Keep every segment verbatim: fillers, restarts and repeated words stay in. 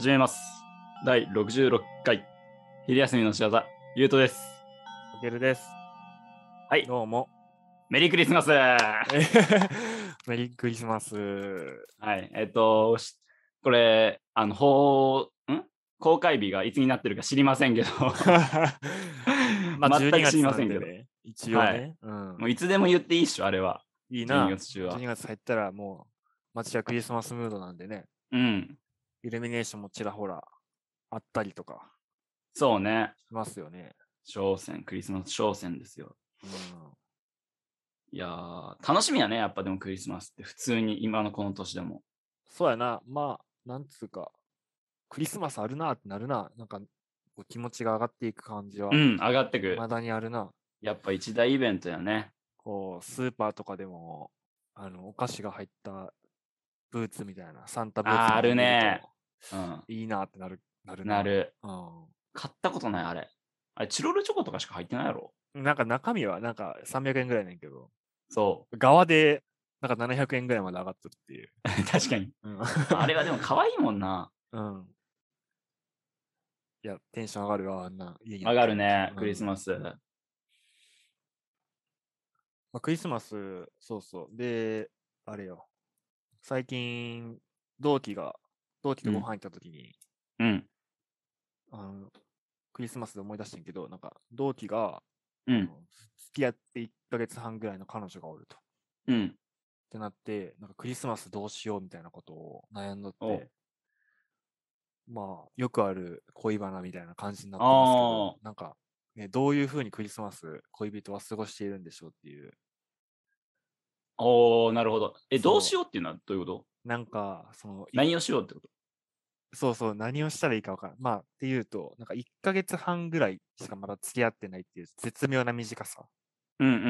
始めます。だいろくじゅうろっかい、昼休みの仕業、ゆうとです。 おけるです。 はい、 どうも。 メリークリスマス。はメリークリスマス。 い、えっと、しこれ、あの、ほう、ん公開日がいつになってるか知りませんけど、 まあ全 12 く知り月ませんけど、 なんでね、一応はい、 ね、うん。 もういつでも言っていいっしょ、あれは。12 いいな。 月中は。 じゅうにがつ入ったらもう街はクリスマスムードなんでね、 うん、 イルミネーションもちらほらあったりとかそうね。 しますよね。 商戦、クリスマス商戦ですよ。 うん。 いやー、楽しみやね、やっぱでもクリスマスって、普通に今のこの年でも。 そうやな。まあ、なんつうか、クリスマスあるなってなるな。なんか、こう気持ちが上がっていく感じはう、ん、上がってく。 まだにあるな。 やっぱ一大イベントやね。 こう、スーパーとかでも、あの、お菓子が入ったブーツみたいな、サンタブーツあー、あるみたいなの見るね。 と、 うん。 いいなってなる、なるな。 なる。 う買ったことない、あれ。あれ、チロルチョコとかしか入ってないやろ。 ん。なんか中身はなんかさんびゃくえんぐらいねんけど、 そ側でなんかななひゃくえんぐらいまで上がってるっていう。 う。確かに。 うん。 あれはでも可愛いもんな。 うん。いや、テンション上がるわ、あんな家にあ上ったらがるね、 うんクリスマス。 まあ、クリスマス、そうそう。で、あれよ。最近、同期が、同期とご飯行った時に、 うん。 あの、クリスマスで思い出してんけど、なんか、同期が、 うん。 あの付き合っていっかげつはんぐらいの彼女がおると。 うん。 ってなって、なんかクリスマスどうしようみたいなことを悩んどっおて、まあ、よくある恋バナみたいな感じになってますけど、なんか、ね、どういうふうにクリスマス恋人は過ごしているんでしょうっていう。 おー、なるほど。え、 そうどうしようっていうのはどういうこと？ なんか、その、い何をしようってこと？ そうそう、何をしたらいいかわからん。まあ、っていうと、なんかいっかげつはんぐらいしかまだ付き合ってないっていう絶妙な短さ。 うんうんうん。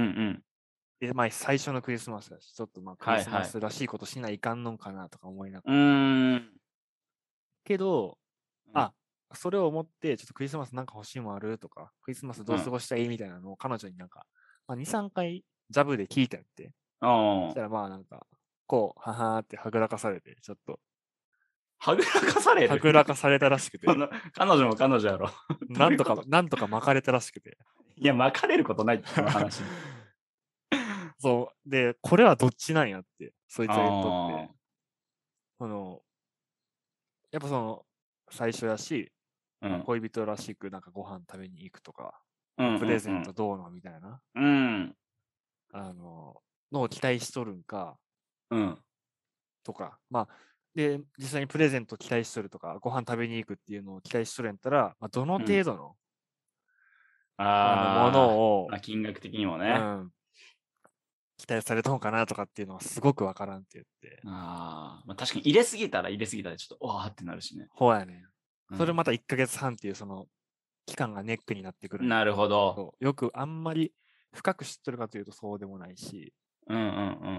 で、まあ、最初のクリスマスだし、ちょっとまあ、クリスマはいはい。 スらしいことしないかんのんかなとか思いながうら。 ーん。 けど、 うんあ、それを思って、ちょっとクリスマスなんか欲しいもんあるとか、クリスマスどう過ごしたいみたいなのを彼女になんか、まあ、に、さんかいジャブで聞いたやって。そああ。 したらまあなんか、こう、ははーってはぐらかされて、ちょっと、 はぐらかされはる。 ぐらかされたらしくてそ、の彼女も彼女やろ。どなんとか、 ういうこと？ なんとか巻かれたらしくて。 いや、巻かれることないって、その話。 そう。で、これはどっちなんやって、そいつが言っとっあて、その、やっぱその、最初やし、 あ。うまあ、 ん。 恋人らしくなんかご飯食べに行くとか、 うんうんプレゼンうん。 トどうのみたいな、 うん。 あの、のを期待しとるんか、 うん。 とか、まあ、で、実際にプレゼント期待しとるとか、ご飯食べに行くっていうのを期待しとるんやったら、まあ、どのうん。 程度の、あの、ものああ。 を、 まあ、金額的にもね。 うん、期待されたのかなとかっていうのはすごくわからんって言って。 ああ。まあ、確かに入れすぎたら入れすぎたらちょっと、わーってなるしね。 ほうやね。 うん。 それまたいっかげつはんっていうその期間がネックになってくるんやなけるほど。 そうよくあんまり深く知ってるかというとそうでもないし、 うんうんうん。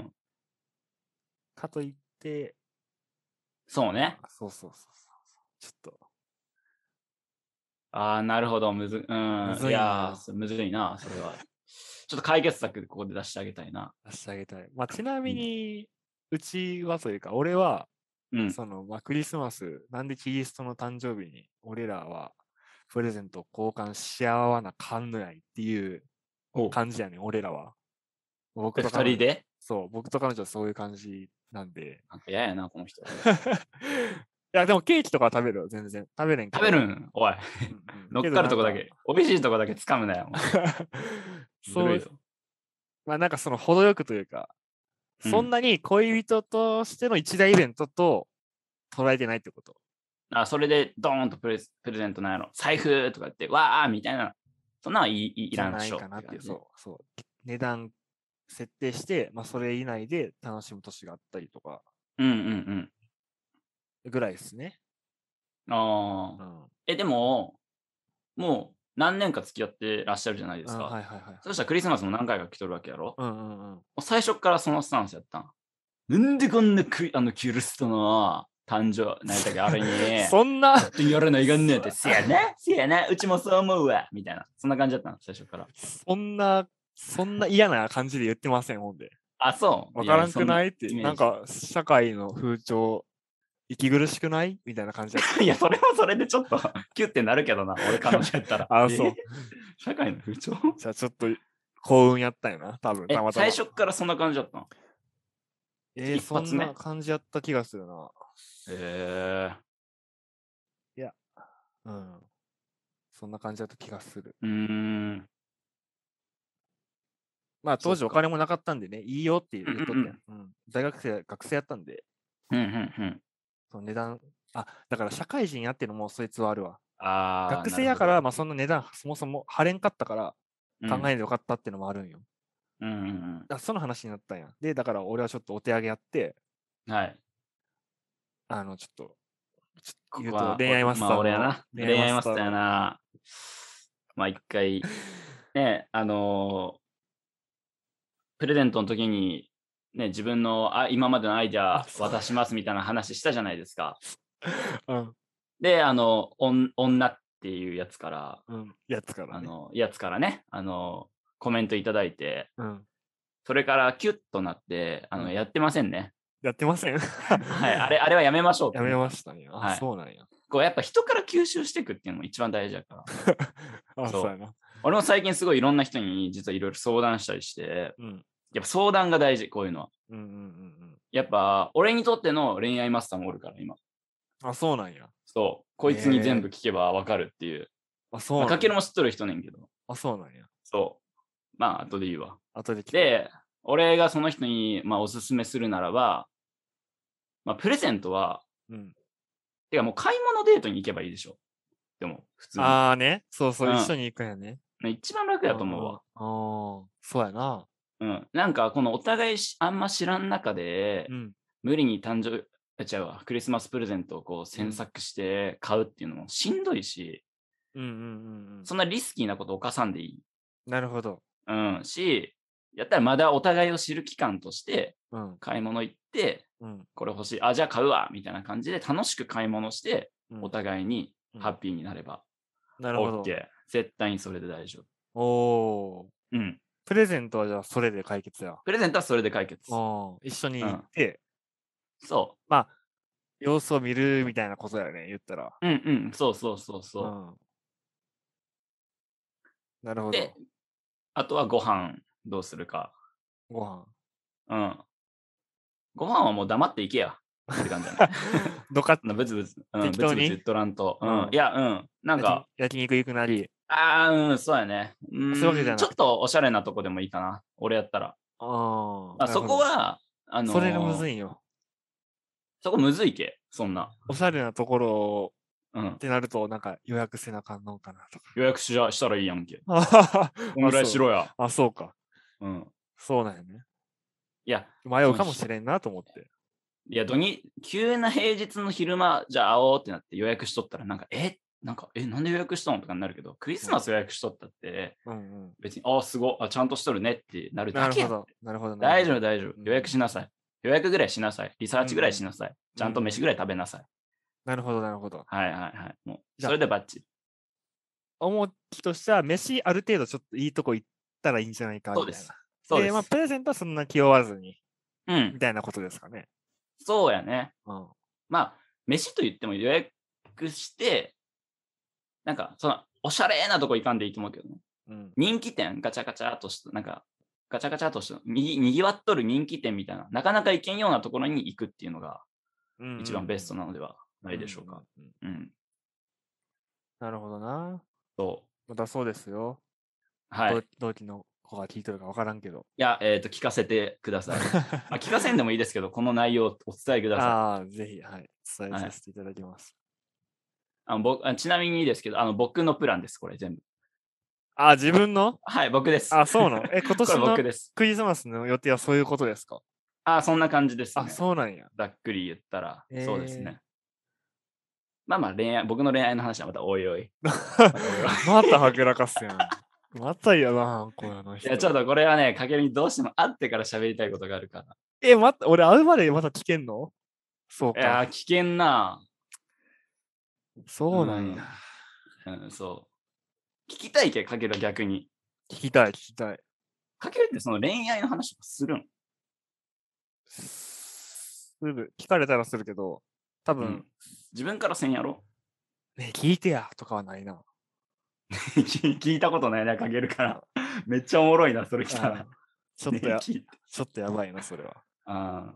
かといって、 そうね。 あそうそうそうそう。ちょっと、 ああ、なるほど。むず、うん。 むずいんいやー、 よ。 そむずいな、それは。ちょっと解決策ここで出してあげたいな。 出してあげたい。まあ、ちなみうん。 に、うちはというか、俺は、 うん。 その、まあ、クリスマス、なんでキリストの誕生日に、俺らはプレゼントを交換し合わなかんのやいっていうお感じやねん、俺らは。僕え、 と彼女、 二人でそう、僕と彼女はそういう感じなんで。 なんか嫌やな、この人。 いや、でもケーキとかは食べるよ、全然。食べれんけ食べるど。 んおい。 うんうん、 乗っけどなんか、 かるとこだけ。美味しいとこだけ掴むなよ。ずそう、 るいぞ。 まあなんかその程よくというか、 うん。 そんなに恋人としての一大イベントと捉えてないってこと。 あ、それでドーンとプレスプレゼントなんやろ。財布とか言って、わーみたいな。そんなんはいいいいじゃらんっしょないかなっていう、 って感じね。 そう、そう。値段設定して、まあそれ以内で楽しむ年があったりとか、 うんうんぐらいですね。 うん。ああ。 うん。 え、でも、もう何年か付き合ってらっしゃるじゃないでうん、はすか。 いはいはいはい。 そしたらクリスマスも何回か来とるわけやろ。 うんうんうん。 もう最初っからそのスタンスやったん。なんでこんなクリあのキュルストの誕生、何だっけ、あれに、 そんな、 勝手にやらないかんねんって、せやな、せやな、うちもそう思うわ、みたいな。そんな感じだったの、最初から。 そんな、そんな嫌な感じで言ってません、ほんで。 あ、そう。いや、 わからんそんなくないって、 イメージ。 なんか社会の風潮息苦しくないみたいな感じだった。 いや、それはそれでちょっとキュッてなるけどな、俺彼女やったら。 あ、そうえ。社会の風潮じゃあちょっと幸運やったよな、多分えた、またま。 最初っからそんな感じだったの？ えー、 一発目そんな感じやった気がするな。 へえ。 いや、うん。そんな感じだった気がする。 うーん。 まあ当時そっかお金もなかったんでね、いいよって言っとってん、 うんうん大学生、学生やったんで、 うんうんうん。 その値段、あ、だから社会人やっていうのもそいつはあるわ。 ああ、 学なるほど。 生やから、まあその値段そもそも張れんかったからうん考えんでよかったっていうのもあるんよ。 うんうんあその話になったんや。で、だから俺はちょっとお手上げやって、 うん。はい。 あの、ちょっと、ちょここは、 言うと恋愛マスタまあーの、 俺やな。恋愛マスターやの。 な。まあ一回、ね、あのープレゼントの時に、ね、自分のあ今までのアイデアあそう渡しますみたいな話したじゃないですか。 うん、 で、あの、おん女っていうやつから、 うん、やつからね。 あの、やつからね、あの、コメントいただいて、 うん、 それからキュッとなって、あの、 うんやってませんね。 やってません。 はい、あれ、あれはやめましょうってやめ思ったましたね。あ、 はいそうなんや。 こうやっぱ人から吸収していくっていうのも一番大事だから。 あ、 そうそうやな。 俺も最近すごいいろんな人に実はいろいろ相談したりして、 うん、 やっぱ相談が大事、こういうのは。 うん、うん、うんうん。 やっぱ俺にとっての恋愛マスターもおるから、今。 あ、そうなんや。 そう。こいつに全へ部聞けばわかるっていう。 あ、そうまあ、 なんや。 かけるも知っとる人ねんけど。 あ、そうなんや。 そう。まあ、後で言うわ。 後で聞く。 で、俺がその人に、まあ、おすすめするならば、まあ、プレゼントは、 うん。 てかもう買い物デートに行けばいいでしょ。でも、普通に。 ああね。そうそう、 うん一緒に行くんやね。 一番楽やと思うわ。 ああ、そうやな。 うん。なんか、このお互いしあんま知らん中で、 うん。 無理に誕生えちゃうわ、クリスマスプレゼントをこう詮索して買うっていうのもしんどいし、 うんうんうんうん。 そんなリスキーなこと犯さんでいい。 なるほど。 うん。し、やったらまだお互いを知る期間として、 うん。 買い物行って、 うん。 これ欲しい。あ、じゃあ買うわみたいな感じで楽しく買い物して、 うんお互いにうんハッピーになれば、 なるほど。 OK。絶対にそれで大丈夫。 おお。 うん。 プレゼントはじゃあそれで解決や。 プレゼントはそれで解決。 ああ、一緒に行って、 そまあ、様子を見るみたいなことだよね、言ったら。 う。うんうん。そうそうそうそう。 うん。なるほでど。、 あとはご飯どうするか。 ご飯。 うん。ご飯はもう黙っていけや。って感じだね。 どかっなブツブツ、うん、ブ適当にツブツ言っとらんと。ううんん。いや、うん。なんか、 焼肉行くなり。 あー、うん、そうやね。うそういうわけじーん、ちょっゃなくて。 とおしゃれなとこでもいいかな。俺やったら。 ああ、 あそこは、あのーそれがむずいんよ。 そこむずいけ。そんな。 おしゃれなところうんっ。てなると、なんか予約せなあかんのかなとか。 予約ししたらいいやんけ。 あははこんぐらいしろや。 あ、そうか。 うん。 そうなんやね。 いや、 迷うかもしれんなと思って。 いや、土日、急な平日の昼間、じゃあ会おうってなって予約しとったら、なんか、えなんか、え、なんで予約したのとかになるけど、クリスマス予約しとったって、 うんうん。 別に、あ、すごい、あ、ちゃんとしとるねってなるだけや。 なるほど。なるほど。 大丈夫、大丈夫う。ん予約しなさい。予約ぐらいしなさい。リサーチぐらいしなさい。ちゃんと飯ぐらい食べなさい。 なるほど、なるほど。 はいはいはい。もう、 じゃあそれでバッチリ。 思きとしては、飯ある程度ちょっといいとこ行ったらいいんじゃないかみたいな。 そうです。そうです。 まあ、プレゼントはそんな気負わずに、 うんみ。たいなことですかね。 そうやね。 うん。 まあ、飯と言っても予約して、なんか、その、おしゃれなとこ行かんでいいと思うけどね。 うん。 人気店、ガチャガチャっとした、なんか、ガチャガチャっとした、ににぎわっとる人気店みたいな、なかなか行けんようなところに行くっていうのが、 うん一番ベストななのではないでしょうか。。 うんうんうんうん。 なるほどな。 そう。 だそうですよ。 はい。い同同期の子が聞いてるか分からんけど。 や、えっ、と、聞かせてください。まあ、聞かせんでもいいですけど、この内容をお伝えください。 ああ、ぜひ、はい。伝えさせていただきます。 あの僕あちなみにですけど、あの僕のプランです、これ全部。 ああ、自分のはい、僕です。 あ、そうなのえ、今これ年の僕です。 クリスマスの予定はそういうことですかあ、そんな感じですね。 あ、そうなんや。 ざっくり言ったら、 えーそうですね。まあまあ恋愛、僕の恋愛の話はまたおいおい。 またはぐらかすやん。また嫌だな、この人。 いや、ちょっとこれはね、かけるにどうしても会ってから喋りたいことがあるから。 え、また、俺会うまでまた聞けんのそういやー、 か。 危険な。 そうなんや。 うん、そう。聞きたいけ、かけるは逆に。 聞きたい、聞きたい。 かけるってその恋愛の話とかするんすぐ、聞かれたらするけど、 多分、 うん。自分からせんやろね、聞いてやとかはないな。 聞聞いたことないな、かけるから。めっちゃおもろいな、それ来たあら。 ちょっとや、 ね、聞いて。 ちょっとやばいな、それは。 あ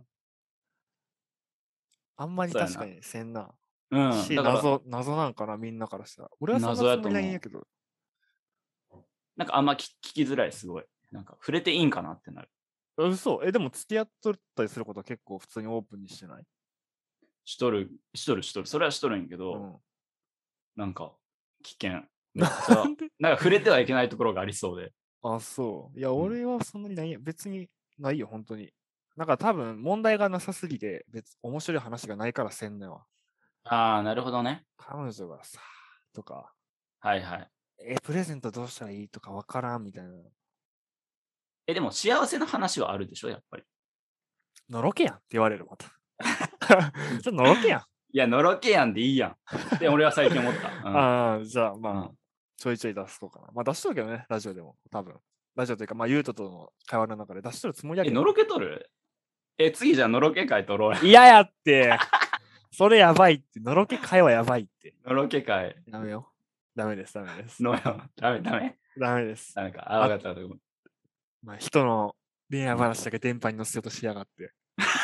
あんまあ、そうやな。 り確かにせんな。 うん。 し、 だから、 謎、謎なんかな、みんなからしたら。俺はそんな謎やとつもりないん思やけど。 う。なんかあんま聞聞きづらい、すごい。なんか触れていいんかなってなる。 あ嘘え、でも付き合っとったりすることは結構普通にオープンにしてない？ しとる、しとる、しとる。それはしとるんやけうど、 ん。 なんか危険。めっちゃ、 なんでなんか触れてはいけないところがありそうで。 あ、そう。いや、 ん俺はそんなにないや。別にないよ、本当に。なんか多分問題がなさすぎて、別、面白い話がないからせんねんわ。 ああ、なるほどね。 彼女がさ、とか、 はいはい。 え、プレゼントどうしたらいいとかわからんみたいな。 え、でも幸せな話はあるでしょ、やっぱり。 のろけやんって言われる、また。それのろけやん。 いや、のろけやんでいいやん。って俺は最近思った。うん、 ああ、じゃあまあ、 うんちょいちょい出すとかな。まあ出しとるけどね、ラジオでも、多分。ラジオというか、まあ、ゆうととの会話の中で出しとるつもりやえ、 けど。 のろけとるえ、次じゃあのろけ会取ろうや。 嫌やって。それやばいって。のろけ会はやばいって。 のろけ会。 ダメよ。ダメです、ダメです。 のよ。ダメ、ダメ。 ダメです。 ダメか。あ、わかったわかった。 まあ、人の恋愛話だけ電波に乗せようとしやがって。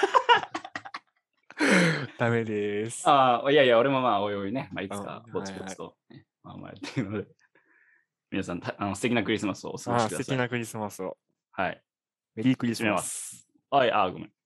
ダメです。 ああ、いやいや、俺もまあ、おいおいね、まあ、いつかうんぼちぼちと、ね、まあまあ、っていうので、皆さん、たあの素敵なクリスマスをお過ごああ、 しください。 素敵なクリスマスを。 はい。 メリークリス締めマス。 ます。はい、あー、ごめん。